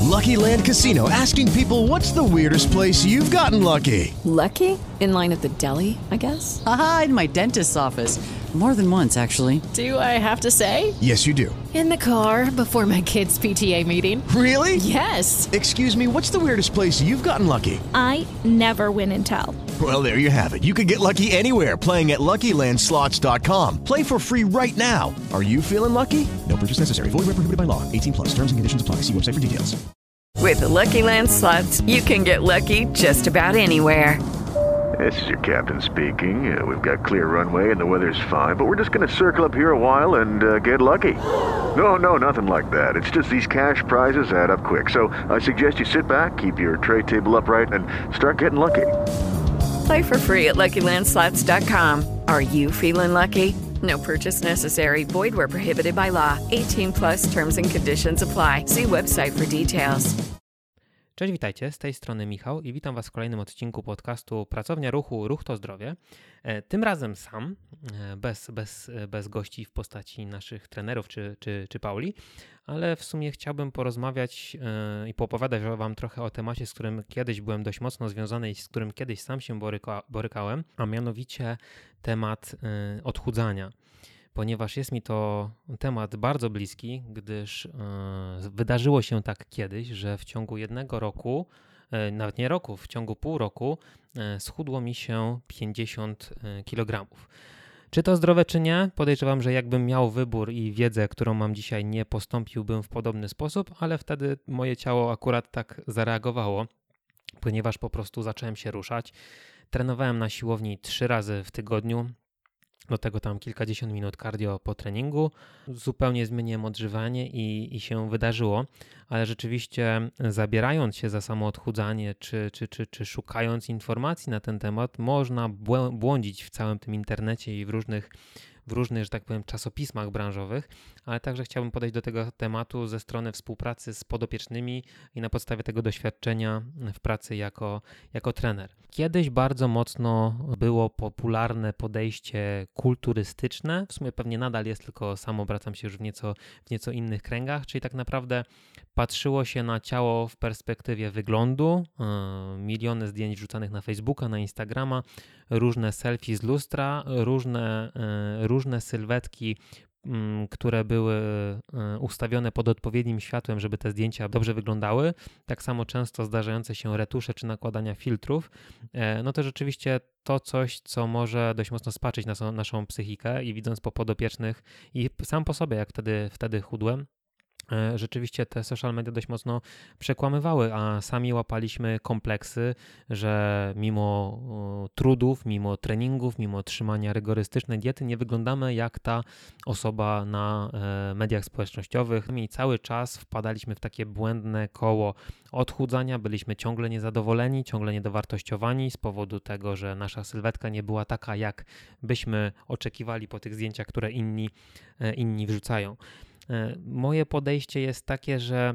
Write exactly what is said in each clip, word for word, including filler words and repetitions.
Lucky Land Casino, asking people, what's the weirdest place you've gotten lucky? Lucky? In line at the deli, I guess? Aha, in my dentist's office. More than once, actually. Do I have to say? Yes, you do. In the car before my kids' P T A meeting. Really? Yes. Excuse me, what's the weirdest place you've gotten lucky? I never win and tell. Well, there you have it. You can get lucky anywhere, playing at Lucky Land Slots dot com. Play for free right now. Are you feeling lucky? No purchase necessary. Void where prohibited by law. eighteen plus. Terms and conditions apply. See website for details. With the Lucky Land Slots, you can get lucky just about anywhere. This is your captain speaking. Uh, we've got clear runway and the weather's fine, but we're just going to circle up here a while and uh, get lucky. No, no, nothing like that. It's just these cash prizes add up quick. So I suggest you sit back, keep your tray table upright, and start getting lucky. Play for free at Lucky Land Slots dot com. Are you feeling lucky? No purchase necessary. Void where prohibited by law. eighteen plus terms and conditions apply. See website for details. Cześć, witajcie, z tej strony Michał i witam Was w kolejnym odcinku podcastu Pracownia Ruchu, Ruch to Zdrowie. Tym razem sam, bez, bez, bez gości w postaci naszych trenerów czy, czy, czy Pauli, ale w sumie chciałbym porozmawiać i poopowiadać Wam trochę o temacie, z którym kiedyś byłem dość mocno związany i z którym kiedyś sam się boryka, borykałem, a mianowicie temat odchudzania. Ponieważ jest mi to temat bardzo bliski, gdyż yy, wydarzyło się tak kiedyś, że w ciągu jednego roku, yy, nawet nie roku, w ciągu pół roku yy, schudło mi się pięćdziesiąt kilogramów. Czy to zdrowe, czy nie? Podejrzewam, że jakbym miał wybór i wiedzę, którą mam dzisiaj, nie postąpiłbym w podobny sposób, ale wtedy moje ciało akurat tak zareagowało, ponieważ po prostu zacząłem się ruszać. Trenowałem na siłowni trzy razy w tygodniu. Do tego tam kilkadziesiąt minut cardio po treningu. Zupełnie zmieniłem odżywianie i, i się wydarzyło, ale rzeczywiście zabierając się za samo odchudzanie czy, czy, czy, czy szukając informacji na ten temat, można błądzić w całym tym internecie i w różnych, w różnych, że tak powiem, czasopismach branżowych, ale także chciałbym podejść do tego tematu ze strony współpracy z podopiecznymi i na podstawie tego doświadczenia w pracy jako, jako trener. Kiedyś bardzo mocno było popularne podejście kulturystyczne, w sumie pewnie nadal jest, tylko sam obracam się już w nieco, w nieco innych kręgach, czyli tak naprawdę patrzyło się na ciało w perspektywie wyglądu, yy, miliony zdjęć wrzucanych na Facebooka, na Instagrama, różne selfie z lustra, różne, yy, różne sylwetki, które były ustawione pod odpowiednim światłem, żeby te zdjęcia dobrze wyglądały. Tak samo często zdarzające się retusze czy nakładania filtrów. No to rzeczywiście to coś, co może dość mocno spaczyć naszą, naszą psychikę i widząc po podopiecznych i sam po sobie, jak wtedy, wtedy chudłem, rzeczywiście te social media dość mocno przekłamywały, a sami łapaliśmy kompleksy, że mimo trudów, mimo treningów, mimo trzymania rygorystycznej diety nie wyglądamy jak ta osoba na mediach społecznościowych i cały czas wpadaliśmy w takie błędne koło odchudzania, byliśmy ciągle niezadowoleni, ciągle niedowartościowani z powodu tego, że nasza sylwetka nie była taka, jak byśmy oczekiwali po tych zdjęciach, które inni, inni wrzucają. Moje podejście jest takie, że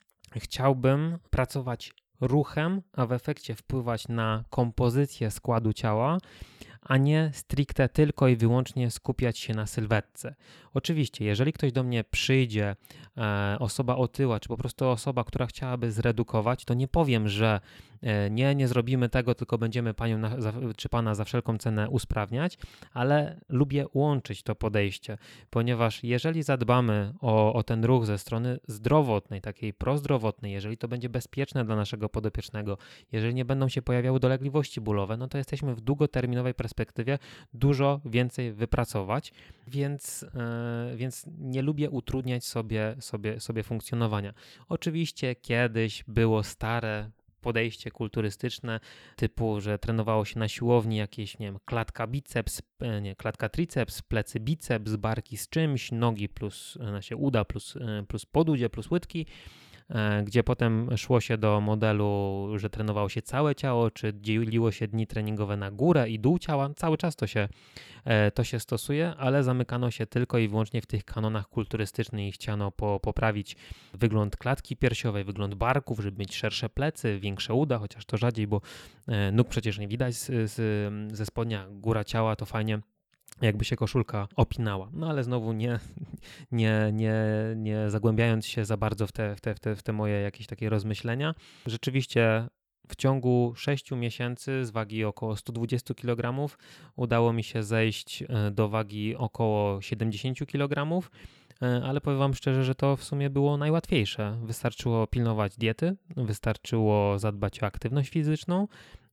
chciałbym pracować ruchem, a w efekcie wpływać na kompozycję składu ciała, a nie stricte tylko i wyłącznie skupiać się na sylwetce. Oczywiście, jeżeli ktoś do mnie przyjdzie, e, osoba otyła, czy po prostu osoba, która chciałaby zredukować, to nie powiem, że e, nie, nie zrobimy tego, tylko będziemy panią na, za, czy pana za wszelką cenę usprawniać, ale lubię łączyć to podejście, ponieważ jeżeli zadbamy o, o ten ruch ze strony zdrowotnej, takiej prozdrowotnej, jeżeli to będzie bezpieczne dla naszego podopiecznego, jeżeli nie będą się pojawiały dolegliwości bólowe, no to jesteśmy w długoterminowej perspektywie dużo więcej wypracować, więc, yy, więc nie lubię utrudniać sobie, sobie, sobie funkcjonowania. Oczywiście kiedyś było stare podejście kulturystyczne typu, że trenowało się na siłowni jakieś, nie wiem, klatka biceps, nie, klatka triceps, plecy biceps, barki z czymś, nogi plus, znaczy uda plus, plus podudzie plus łydki, gdzie potem szło się do modelu, że trenowało się całe ciało, czy dzieliło się dni treningowe na górę i dół ciała. Cały czas to się, to się stosuje, ale zamykano się tylko i wyłącznie w tych kanonach kulturystycznych i chciano po, poprawić wygląd klatki piersiowej, wygląd barków, żeby mieć szersze plecy, większe uda, chociaż to rzadziej, bo nóg przecież nie widać z, z, ze spodnia, góra ciała to fajnie jakby się koszulka opinała. No ale znowu nie, nie, nie, nie zagłębiając się za bardzo w te, w, te, w, te, w te moje jakieś takie rozmyślenia, rzeczywiście w ciągu sześciu miesięcy z wagi około sto dwadzieścia kilogramów udało mi się zejść do wagi około siedemdziesiąt kilogramów, ale powiem wam szczerze, że to w sumie było najłatwiejsze. Wystarczyło pilnować diety, wystarczyło zadbać o aktywność fizyczną,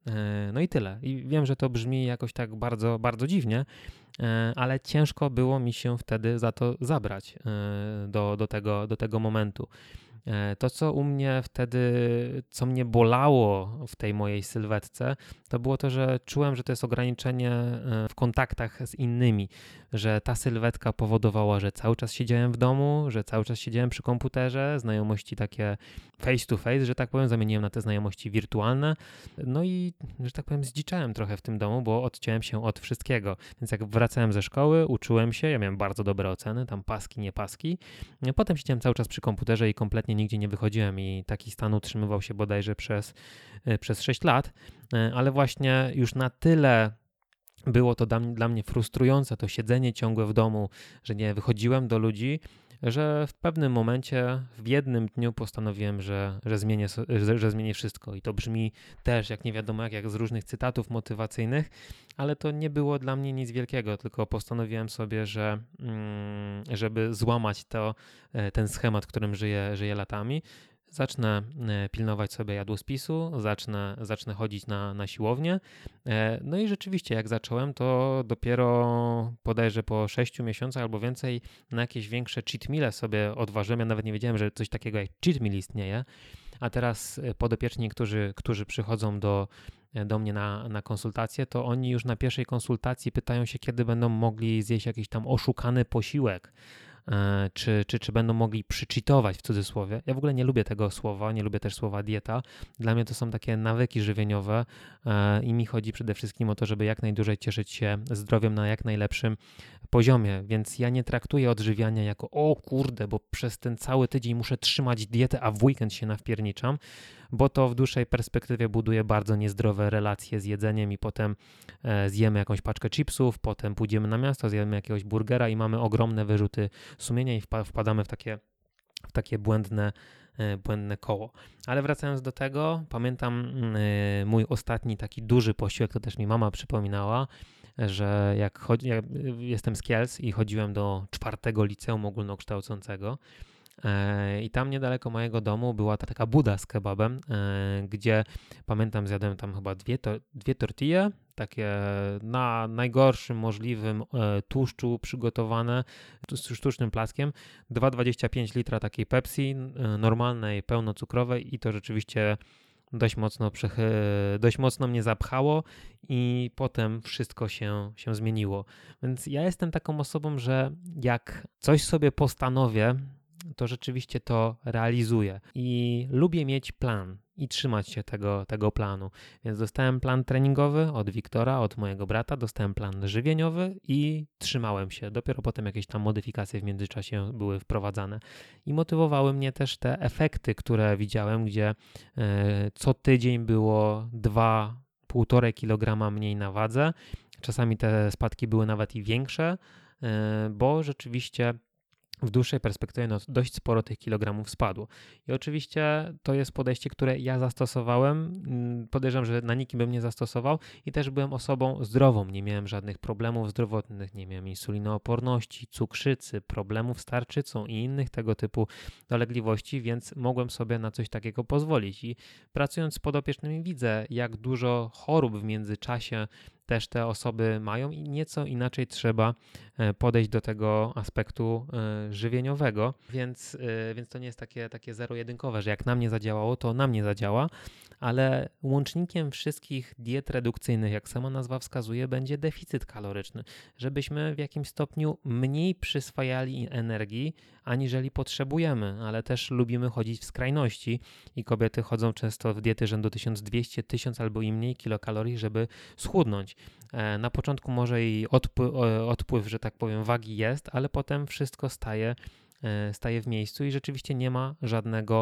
no i tyle. I wiem, że to brzmi jakoś tak bardzo, bardzo dziwnie, ale ciężko było mi się wtedy za to zabrać do, do, tego, do tego momentu. To, co u mnie wtedy, co mnie bolało w tej mojej sylwetce, to było to, że czułem, że to jest ograniczenie w kontaktach z innymi, że ta sylwetka powodowała, że cały czas siedziałem w domu, że cały czas siedziałem przy komputerze, znajomości takie face to face, że tak powiem, zamieniłem na te znajomości wirtualne, no i, że tak powiem, zdziczałem trochę w tym domu, bo odciąłem się od wszystkiego, więc jak wracałem ze szkoły, uczyłem się, ja miałem bardzo dobre oceny, tam paski, nie paski, potem siedziałem cały czas przy komputerze i kompletnie nigdzie nie wychodziłem i taki stan utrzymywał się bodajże przez, przez sześć lat, ale właśnie już na tyle było to dla mnie frustrujące, to siedzenie ciągłe w domu, że nie wychodziłem do ludzi, że w pewnym momencie, w jednym dniu postanowiłem, że, że, zmienię, że, że zmienię wszystko. I to brzmi też, jak nie wiadomo jak, jak z różnych cytatów motywacyjnych, ale to nie było dla mnie nic wielkiego, tylko postanowiłem sobie, że mm, żeby złamać to, ten schemat, którym żyję, żyję latami, zacznę pilnować sobie jadłospisu, zacznę, zacznę chodzić na, na siłownię. No i rzeczywiście jak zacząłem, to dopiero bodajże po sześciu miesiącach albo więcej na jakieś większe cheat meale sobie odważyłem. Ja nawet nie wiedziałem, że coś takiego jak cheat meal istnieje, a teraz podopieczni, którzy, którzy przychodzą do, do mnie na, na konsultację, to oni już na pierwszej konsultacji pytają się, kiedy będą mogli zjeść jakiś tam oszukany posiłek. Czy, czy, czy będą mogli przycheatować w cudzysłowie. Ja w ogóle nie lubię tego słowa, nie lubię też słowa dieta. Dla mnie to są takie nawyki żywieniowe i mi chodzi przede wszystkim o to, żeby jak najdłużej cieszyć się zdrowiem na jak najlepszym poziomie, więc ja nie traktuję odżywiania jako o kurde, bo przez ten cały tydzień muszę trzymać dietę, a w weekend się nawpierniczam, bo to w dłuższej perspektywie buduje bardzo niezdrowe relacje z jedzeniem i potem e, zjemy jakąś paczkę chipsów, potem pójdziemy na miasto, zjemy jakiegoś burgera i mamy ogromne wyrzuty sumienia i wpa- wpadamy w takie, w takie błędne, e, błędne koło. Ale wracając do tego, pamiętam e, mój ostatni taki duży posiłek, to też mi mama przypominała, że jak, chodzi, jak jestem z Kielc i chodziłem do czwartego liceum ogólnokształcącego, i tam niedaleko mojego domu była ta taka buda z kebabem, gdzie pamiętam zjadłem tam chyba dwie, to, dwie tortille, takie na najgorszym możliwym tłuszczu przygotowane, z sztucznym plackiem, dwa przecinek dwadzieścia pięć litra takiej Pepsi, normalnej, pełnocukrowej i to rzeczywiście dość mocno, przechy- dość mocno mnie zapchało i potem wszystko się, się zmieniło. Więc ja jestem taką osobą, że jak coś sobie postanowię, to rzeczywiście to realizuję i lubię mieć plan i trzymać się tego, tego planu. Więc dostałem plan treningowy od Wiktora, od mojego brata, dostałem plan żywieniowy i trzymałem się. Dopiero potem jakieś tam modyfikacje w międzyczasie były wprowadzane. I motywowały mnie też te efekty, które widziałem, gdzie e, co tydzień było dwa, półtorej kilograma mniej na wadze. Czasami te spadki były nawet i większe, e, bo rzeczywiście w dłuższej perspektywie no, dość sporo tych kilogramów spadło. I oczywiście to jest podejście, które ja zastosowałem. Podejrzewam, że na nikim bym nie zastosował i też byłem osobą zdrową. Nie miałem żadnych problemów zdrowotnych, nie miałem insulinooporności, cukrzycy, problemów z tarczycą i innych tego typu dolegliwości, więc mogłem sobie na coś takiego pozwolić. I pracując z podopiecznymi widzę, jak dużo chorób w międzyczasie też te osoby mają i nieco inaczej trzeba podejść do tego aspektu żywieniowego, więc, więc to nie jest takie, takie zero-jedynkowe, że jak na mnie zadziałało, to na mnie zadziała, ale łącznikiem wszystkich diet redukcyjnych, jak sama nazwa wskazuje, będzie deficyt kaloryczny, żebyśmy w jakimś stopniu mniej przyswajali energii, aniżeli potrzebujemy, ale też lubimy chodzić w skrajności i kobiety chodzą często w diety rzędu tysiąc dwieście, tysiąc albo i mniej kilokalorii, żeby schudnąć. Na początku może i odpływ, odpływ, że tak powiem, wagi jest, ale potem wszystko staje, staje w miejscu i rzeczywiście nie ma żadnego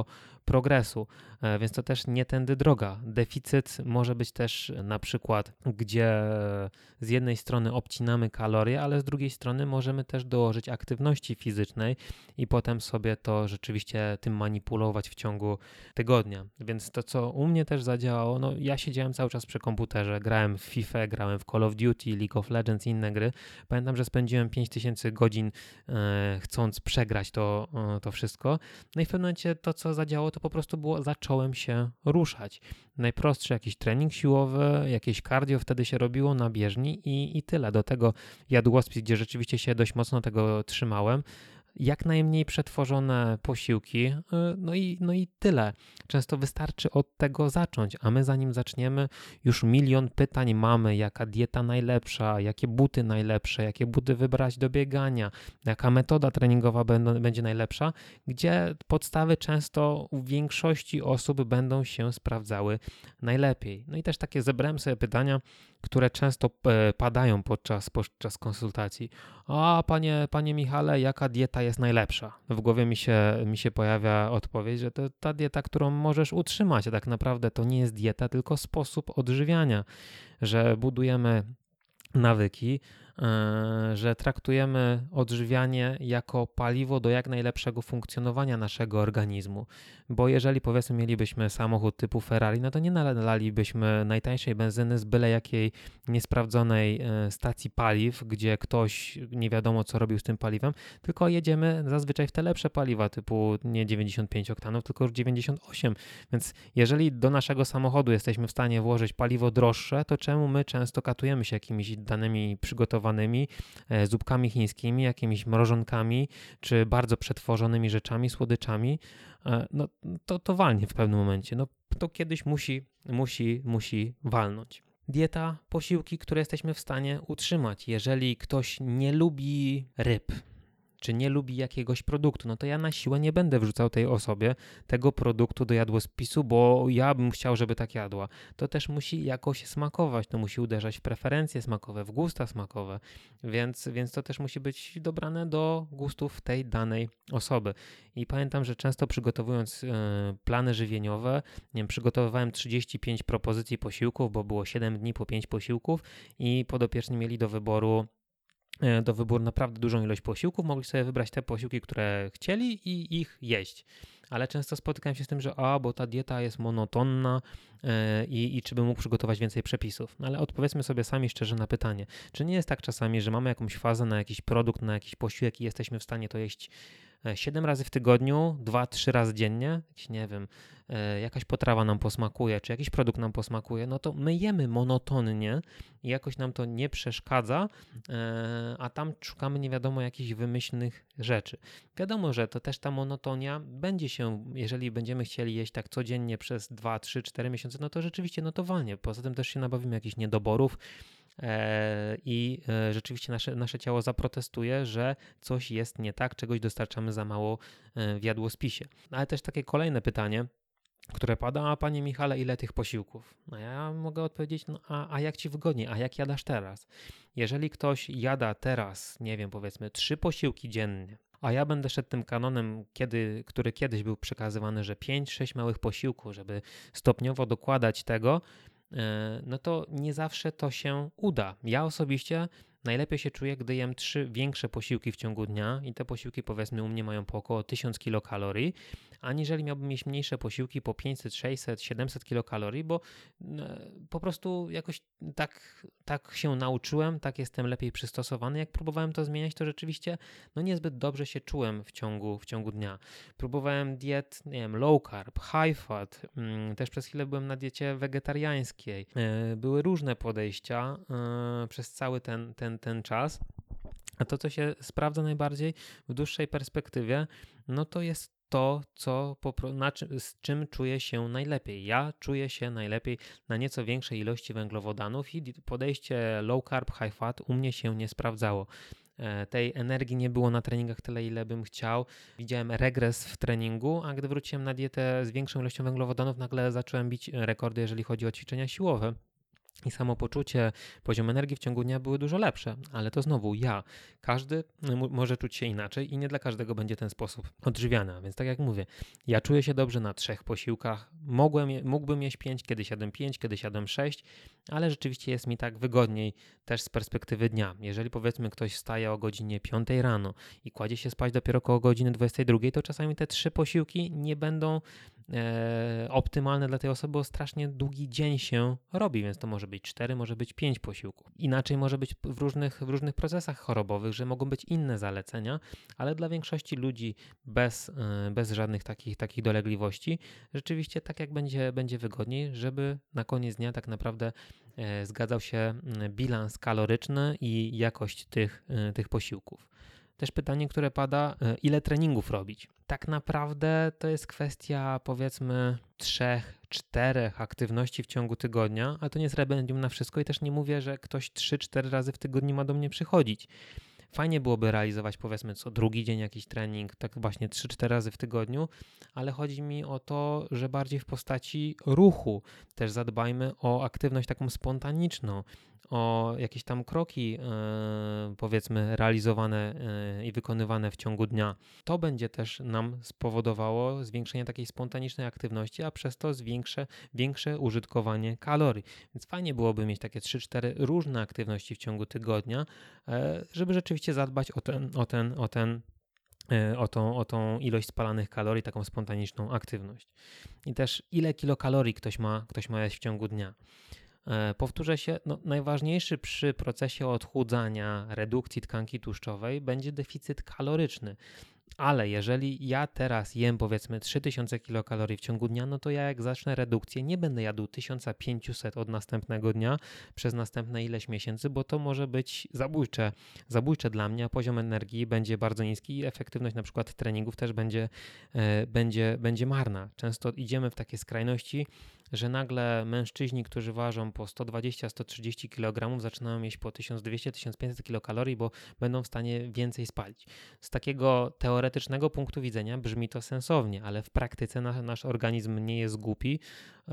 progresu, więc to też nie tędy droga. Deficyt może być też na przykład, gdzie z jednej strony obcinamy kalorie, ale z drugiej strony możemy też dołożyć aktywności fizycznej i potem sobie to rzeczywiście tym manipulować w ciągu tygodnia. Więc to, co u mnie też zadziałało, no ja siedziałem cały czas przy komputerze, grałem w FIFA, grałem w Call of Duty, League of Legends i inne gry. Pamiętam, że spędziłem pięć tysięcy godzin e, chcąc przegrać to, e, to wszystko. No i w pewnym momencie to, co zadziałało, to po prostu było, zacząłem się ruszać. Najprostszy jakiś trening siłowy, jakieś cardio wtedy się robiło na bieżni i, i tyle. Do tego jadłospis, gdzie rzeczywiście się dość mocno tego trzymałem. Jak najmniej przetworzone posiłki, no i, no i tyle. Często wystarczy od tego zacząć, a my zanim zaczniemy, już milion pytań mamy, jaka dieta najlepsza, jakie buty najlepsze, jakie buty wybrać do biegania, jaka metoda treningowa będą, będzie najlepsza, gdzie podstawy często u większości osób będą się sprawdzały najlepiej. No i też takie zebrałem sobie pytania, które często padają podczas, podczas konsultacji. A panie, panie Michale, jaka dieta jest najlepsza? W głowie mi się, mi się pojawia odpowiedź, że to ta dieta, którą możesz utrzymać, a tak naprawdę to nie jest dieta, tylko sposób odżywiania, że budujemy nawyki, że traktujemy odżywianie jako paliwo do jak najlepszego funkcjonowania naszego organizmu, bo jeżeli powiedzmy mielibyśmy samochód typu Ferrari, no to nie nalalibyśmy najtańszej benzyny z byle jakiej niesprawdzonej stacji paliw, gdzie ktoś nie wiadomo co robił z tym paliwem, tylko jedziemy zazwyczaj w te lepsze paliwa typu nie dziewięćdziesiąt pięć oktanów, tylko już dziewięćdziesiąt osiem, więc jeżeli do naszego samochodu jesteśmy w stanie włożyć paliwo droższe, to czemu my często katujemy się jakimiś danymi przygotowanymi zupkami chińskimi, jakimiś mrożonkami, czy bardzo przetworzonymi rzeczami, słodyczami, no to, to walnie w pewnym momencie. No to kiedyś musi, musi, musi walnąć. Dieta, posiłki, które jesteśmy w stanie utrzymać. Jeżeli ktoś nie lubi ryb, czy nie lubi jakiegoś produktu, no to ja na siłę nie będę wrzucał tej osobie tego produktu do jadłospisu, bo ja bym chciał, żeby tak jadła. To też musi jakoś smakować, to musi uderzać w preferencje smakowe, w gusta smakowe, więc, więc to też musi być dobrane do gustów tej danej osoby. I pamiętam, że często przygotowując yy, plany żywieniowe, nie wiem, przygotowywałem trzydzieści pięć propozycji posiłków, bo było siedem dni po pięć posiłków i podopieczni mieli do wyboru do wyboru naprawdę dużą ilość posiłków, mogli sobie wybrać te posiłki, które chcieli i ich jeść. Ale często spotykałem się z tym, że a, bo ta dieta jest monotonna yy, i, i czy bym mógł przygotować więcej przepisów. No ale odpowiedzmy sobie sami szczerze na pytanie, czy nie jest tak czasami, że mamy jakąś fazę na jakiś produkt, na jakiś posiłek i jesteśmy w stanie to jeść siedem razy w tygodniu, dwa trzy razy dziennie, jakiś, nie wiem, jakaś potrawa nam posmakuje, czy jakiś produkt nam posmakuje, no to my jemy monotonnie i jakoś nam to nie przeszkadza, a tam szukamy nie wiadomo jakichś wymyślnych rzeczy. Wiadomo, że to też ta monotonia będzie się, jeżeli będziemy chcieli jeść tak codziennie przez dwa, trzy, cztery miesiące, no to rzeczywiście notowanie. Poza tym też się nabawimy jakichś niedoborów, i rzeczywiście nasze, nasze ciało zaprotestuje, że coś jest nie tak, czegoś dostarczamy za mało w jadłospisie. Ale też takie kolejne pytanie, które pada, a panie Michale, ile tych posiłków? No ja mogę odpowiedzieć, no a, a jak ci wygodniej, a jak jadasz teraz? Jeżeli ktoś jada teraz, nie wiem, powiedzmy trzy posiłki dziennie, a ja będę szedł tym kanonem, kiedy, który kiedyś był przekazywany, że pięć sześć małych posiłków, żeby stopniowo dokładać tego, no to nie zawsze to się uda. Ja osobiście najlepiej się czuję, gdy jem trzy większe posiłki w ciągu dnia i te posiłki powiedzmy u mnie mają po około tysiąc kilokalorii, aniżeli miałbym mieć mniejsze posiłki po pięćset, sześćset, siedemset kilokalorii, bo po prostu jakoś tak, tak się nauczyłem, tak jestem lepiej przystosowany. Jak próbowałem to zmieniać, to rzeczywiście no niezbyt dobrze się czułem w ciągu, w ciągu dnia. Próbowałem diet, nie wiem, low carb, high fat, też przez chwilę byłem na diecie wegetariańskiej. Były różne podejścia przez cały ten, ten, ten czas. A to, co się sprawdza najbardziej w dłuższej perspektywie, no to jest to, co, na czym, z czym czuję się najlepiej. Ja czuję się najlepiej na nieco większej ilości węglowodanów i podejście low carb, high fat u mnie się nie sprawdzało. Tej energii nie było na treningach tyle, ile bym chciał. Widziałem regres w treningu, a gdy wróciłem na dietę z większą ilością węglowodanów, nagle zacząłem bić rekordy, jeżeli chodzi o ćwiczenia siłowe. i samopoczucie, poziom energii w ciągu dnia były dużo lepsze, ale to znowu ja. Każdy m- może czuć się inaczej i nie dla każdego będzie ten sposób odżywiania, więc tak jak mówię, ja czuję się dobrze na trzech posiłkach, mogłem, je- mógłbym jeść pięć, kiedyś jadłem pięć, kiedyś jadłem sześć, ale rzeczywiście jest mi tak wygodniej też z perspektywy dnia. Jeżeli powiedzmy ktoś wstaje o godzinie piątej rano i kładzie się spać dopiero koło godziny dwudziestej drugiej, to czasami te trzy posiłki nie będą e, optymalne dla tej osoby, bo strasznie długi dzień się robi, więc to może być cztery, może być pięć posiłków. Inaczej może być w różnych, w różnych procesach chorobowych, że mogą być inne zalecenia, ale dla większości ludzi bez, e, bez żadnych takich, takich dolegliwości, rzeczywiście tak jak będzie, będzie wygodniej, żeby na koniec dnia tak naprawdę e, zgadzał się bilans kaloryczny i jakość tych, e, tych posiłków. Też pytanie, które pada, ile treningów robić? Tak naprawdę to jest kwestia powiedzmy trzech, czterech aktywności w ciągu tygodnia, ale to nie jest remedium na wszystko i też nie mówię, że ktoś trzy, cztery razy w tygodniu ma do mnie przychodzić. Fajnie byłoby realizować powiedzmy co drugi dzień jakiś trening, tak właśnie trzy cztery razy w tygodniu, ale chodzi mi o to, że bardziej w postaci ruchu. Też zadbajmy o aktywność taką spontaniczną, o jakieś tam kroki yy, powiedzmy realizowane yy, i wykonywane w ciągu dnia. To będzie też nam spowodowało zwiększenie takiej spontanicznej aktywności, a przez to zwiększe, większe użytkowanie kalorii. Więc fajnie byłoby mieć takie trzy cztery różne aktywności w ciągu tygodnia, yy, żeby rzeczywiście zadbać o ten, o ten, o ten O tą, o tą ilość spalanych kalorii, taką spontaniczną aktywność. I też ile kilokalorii ktoś ma, ktoś ma jeść w ciągu dnia. E, powtórzę się, no, najważniejszy przy procesie odchudzania, redukcji tkanki tłuszczowej będzie deficyt kaloryczny. Ale jeżeli ja teraz jem powiedzmy trzy tysiące kilokalorii w ciągu dnia, no to ja jak zacznę redukcję, nie będę jadł tysiąc pięćset od następnego dnia przez następne ileś miesięcy, bo to może być zabójcze, zabójcze dla mnie, a poziom energii będzie bardzo niski i efektywność na przykład treningów też będzie, e, będzie, będzie marna. Często idziemy w takie skrajności, że nagle mężczyźni, którzy ważą po sto dwadzieścia sto trzydzieści kilogramów, zaczynają mieć po tysiąc dwieście tysiąc pięćset kilokalorii, bo będą w stanie więcej spalić. Z takiego teoretycznego punktu widzenia brzmi to sensownie, ale w praktyce na, nasz organizm nie jest głupi,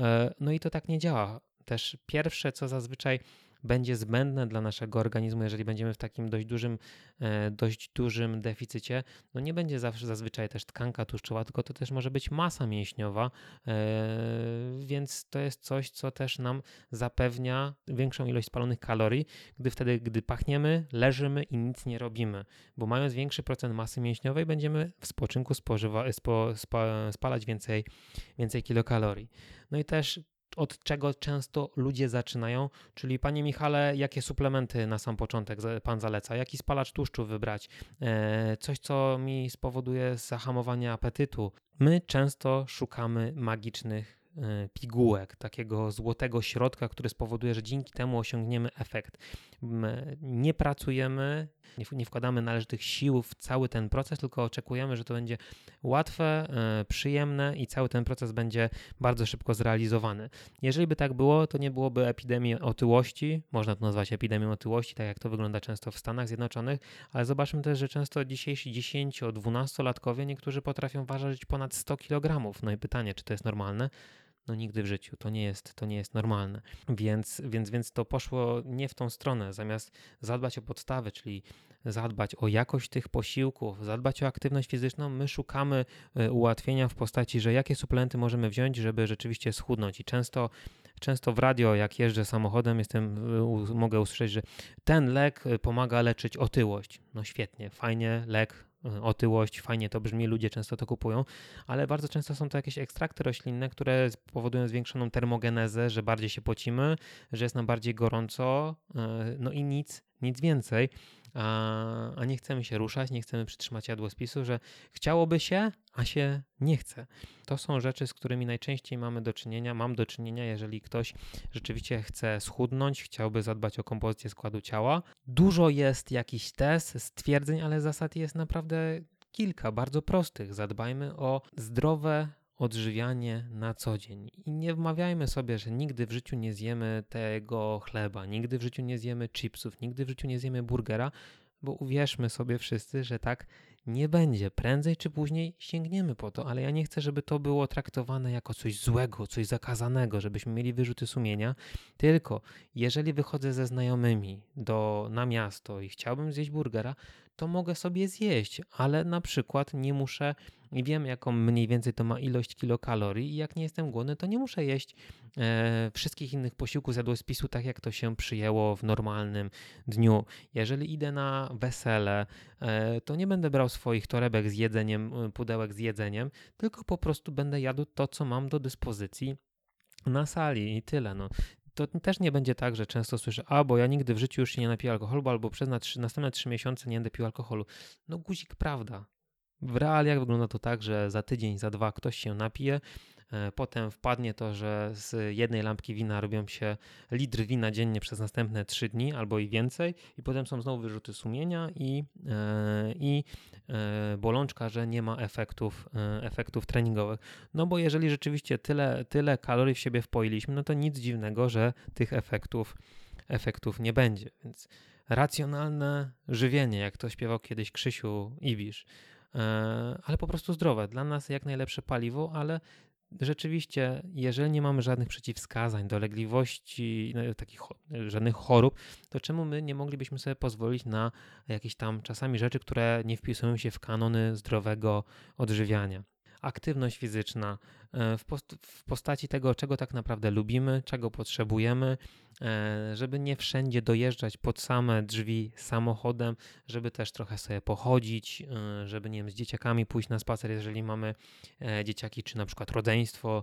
no i to tak nie działa. Też pierwsze, co zazwyczaj będzie zbędne dla naszego organizmu, jeżeli będziemy w takim dość dużym, dość dużym deficycie, no nie będzie zawsze zazwyczaj też tkanka tłuszczowa, tylko to też może być masa mięśniowa, więc to jest coś, co też nam zapewnia większą ilość spalonych kalorii, gdy wtedy, gdy pachniemy, leżymy i nic nie robimy, bo mając większy procent masy mięśniowej, będziemy w spoczynku spożywa, spo, spa, spalać więcej, więcej kilokalorii. No i też od czego często ludzie zaczynają, czyli panie Michale, jakie suplementy na sam początek pan zaleca, jaki spalacz tłuszczu wybrać, e, coś co mi spowoduje zahamowanie apetytu. My często szukamy magicznych e, pigułek, takiego złotego środka, który spowoduje, że dzięki temu osiągniemy efekt. My nie pracujemy, nie, nie wkładamy należytych sił w cały ten proces, tylko oczekujemy, że to będzie łatwe, e, przyjemne i cały ten proces będzie bardzo szybko zrealizowany. Jeżeli by tak było, to nie byłoby epidemii otyłości, można to nazwać epidemią otyłości, tak jak to wygląda często w Stanach Zjednoczonych, ale zobaczmy też, że często dzisiejsi dziesięcio-dwunastolatkowie niektórzy potrafią ważyć ponad sto kilogramów. No i pytanie, czy to jest normalne? No nigdy w życiu, to nie jest, to nie jest normalne. Więc, więc, więc to poszło nie w tą stronę. Zamiast zadbać o podstawy, czyli zadbać o jakość tych posiłków, zadbać o aktywność fizyczną, my szukamy ułatwienia w postaci, że jakie suplementy możemy wziąć, żeby rzeczywiście schudnąć. I często Często w radio, jak jeżdżę samochodem, jestem, mogę usłyszeć, że ten lek pomaga leczyć otyłość. No świetnie, fajnie, lek, otyłość, fajnie to brzmi, ludzie często to kupują, ale bardzo często są to jakieś ekstrakty roślinne, które powodują zwiększoną termogenezę, że bardziej się pocimy, że jest nam bardziej gorąco, no i nic, nic więcej. A, a nie chcemy się ruszać, nie chcemy przytrzymać jadłospisu, że chciałoby się, a się nie chce. To są rzeczy, z którymi najczęściej mamy do czynienia, mam do czynienia, jeżeli ktoś rzeczywiście chce schudnąć, chciałby zadbać o kompozycję składu ciała. Dużo jest jakichś tez, stwierdzeń, ale zasad jest naprawdę kilka, bardzo prostych. Zadbajmy o zdrowe odżywianie na co dzień. I nie wmawiajmy sobie, że nigdy w życiu nie zjemy tego chleba, nigdy w życiu nie zjemy chipsów, nigdy w życiu nie zjemy burgera, bo uwierzmy sobie wszyscy, że tak nie będzie. Prędzej czy później sięgniemy po to, ale ja nie chcę, żeby to było traktowane jako coś złego, coś zakazanego, żebyśmy mieli wyrzuty sumienia, tylko jeżeli wychodzę ze znajomymi do, na miasto i chciałbym zjeść burgera, to mogę sobie zjeść, ale na przykład nie muszę i wiem, jaką mniej więcej to ma ilość kilokalorii i jak nie jestem głodny, to nie muszę jeść e, wszystkich innych posiłków z jadłospisu, tak jak to się przyjęło w normalnym dniu. Jeżeli idę na wesele, e, to nie będę brał swoich torebek z jedzeniem, pudełek z jedzeniem, tylko po prostu będę jadł to, co mam do dyspozycji na sali i tyle. No. To też nie będzie tak, że często słyszę, a bo ja nigdy w życiu już się nie napiję alkoholu, albo przez na trzy, następne trzy miesiące nie będę pił alkoholu. No guzik, prawda. W realiach wygląda to tak, że za tydzień, za dwa ktoś się napije, e, potem wpadnie to, że z jednej lampki wina robią się litr wina dziennie przez następne trzy dni albo i więcej i potem są znowu wyrzuty sumienia i, e, i e, bolączka, że nie ma efektów, e, efektów treningowych. No bo jeżeli rzeczywiście tyle, tyle kalorii w siebie wpoiliśmy, no to nic dziwnego, że tych efektów, efektów nie będzie. Więc racjonalne żywienie, jak to śpiewał kiedyś Krzysiu Ibisz, ale po prostu zdrowe. Dla nas jak najlepsze paliwo, ale rzeczywiście, jeżeli nie mamy żadnych przeciwwskazań, dolegliwości, no, takich żadnych chorób, to czemu my nie moglibyśmy sobie pozwolić na jakieś tam czasami rzeczy, które nie wpisują się w kanony zdrowego odżywiania? Aktywność fizyczna w, post- w postaci tego, czego tak naprawdę lubimy, czego potrzebujemy, żeby nie wszędzie dojeżdżać pod same drzwi samochodem, żeby też trochę sobie pochodzić, żeby nie wiem, z dzieciakami pójść na spacer, jeżeli mamy dzieciaki, czy na przykład rodzeństwo.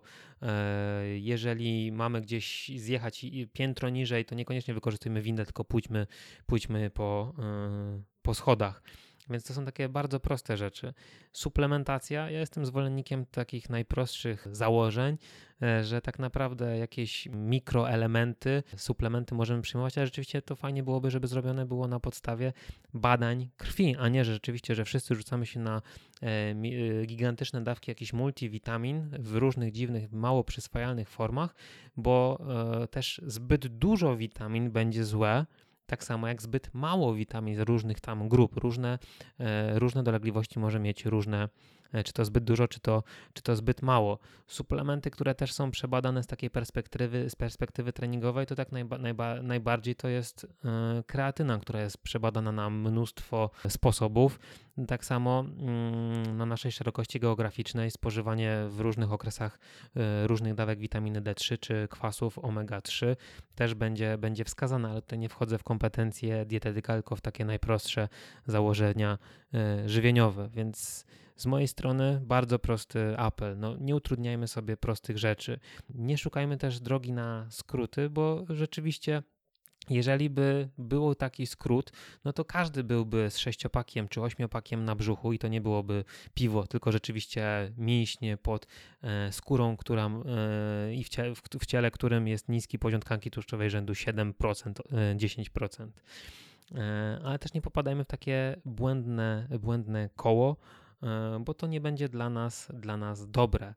Jeżeli mamy gdzieś zjechać piętro niżej, to niekoniecznie wykorzystujmy windę, tylko pójdźmy, pójdźmy po, po schodach. Więc to są takie bardzo proste rzeczy. Suplementacja, ja jestem zwolennikiem takich najprostszych założeń, że tak naprawdę jakieś mikroelementy, suplementy możemy przyjmować, ale rzeczywiście to fajnie byłoby, żeby zrobione było na podstawie badań krwi, a nie, że rzeczywiście, że wszyscy rzucamy się na gigantyczne dawki jakichś multivitamin w różnych dziwnych, mało przyswajalnych formach, bo też zbyt dużo witamin będzie złe, tak samo jak zbyt mało witamin z różnych tam grup, różne, e, różne dolegliwości może mieć różne, e, czy to zbyt dużo, czy to, czy to zbyt mało. Suplementy, które też są przebadane z takiej perspektywy, z perspektywy treningowej, to tak najba, najba, najbardziej to jest e, kreatyna, która jest przebadana na mnóstwo sposobów. Tak samo mm, na naszej szerokości geograficznej spożywanie w różnych okresach y, różnych dawek witaminy D trzy czy kwasów omega trzy też będzie, będzie wskazane, ale tutaj nie wchodzę w kompetencje dietetyka, tylko w takie najprostsze założenia y, żywieniowe, więc z mojej strony bardzo prosty apel. No, nie utrudniajmy sobie prostych rzeczy. Nie szukajmy też drogi na skróty, bo rzeczywiście jeżeli by był taki skrót, no to każdy byłby z sześciopakiem czy ośmiopakiem na brzuchu i to nie byłoby piwo, tylko rzeczywiście mięśnie pod e, skórą, która e, i w, cie, w, w ciele, którym jest niski poziom tkanki tłuszczowej rzędu siedem procent, e, dziesięć procent. E, ale też nie popadajmy w takie błędne, błędne koło, e, bo to nie będzie dla nas, dla nas dobre,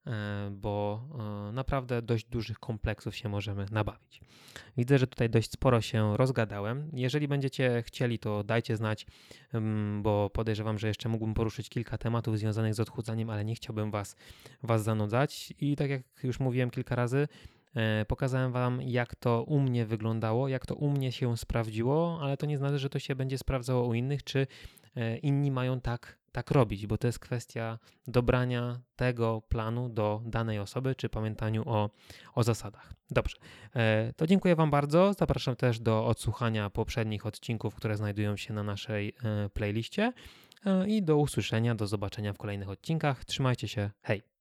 bo naprawdę dość dużych kompleksów się możemy nabawić. Widzę, że tutaj dość sporo się rozgadałem. Jeżeli będziecie chcieli, to dajcie znać, bo podejrzewam, że jeszcze mógłbym poruszyć kilka tematów związanych z odchudzaniem, ale nie chciałbym was, was zanudzać. I tak jak już mówiłem kilka razy, pokazałem wam, jak to u mnie wyglądało, jak to u mnie się sprawdziło, ale to nie znaczy, że to się będzie sprawdzało u innych, czy inni mają tak tak robić, bo to jest kwestia dobrania tego planu do danej osoby, czy pamiętaniu o, o zasadach. Dobrze, to dziękuję wam bardzo. Zapraszam też do odsłuchania poprzednich odcinków, które znajdują się na naszej playliście i do usłyszenia, do zobaczenia w kolejnych odcinkach. Trzymajcie się, hej!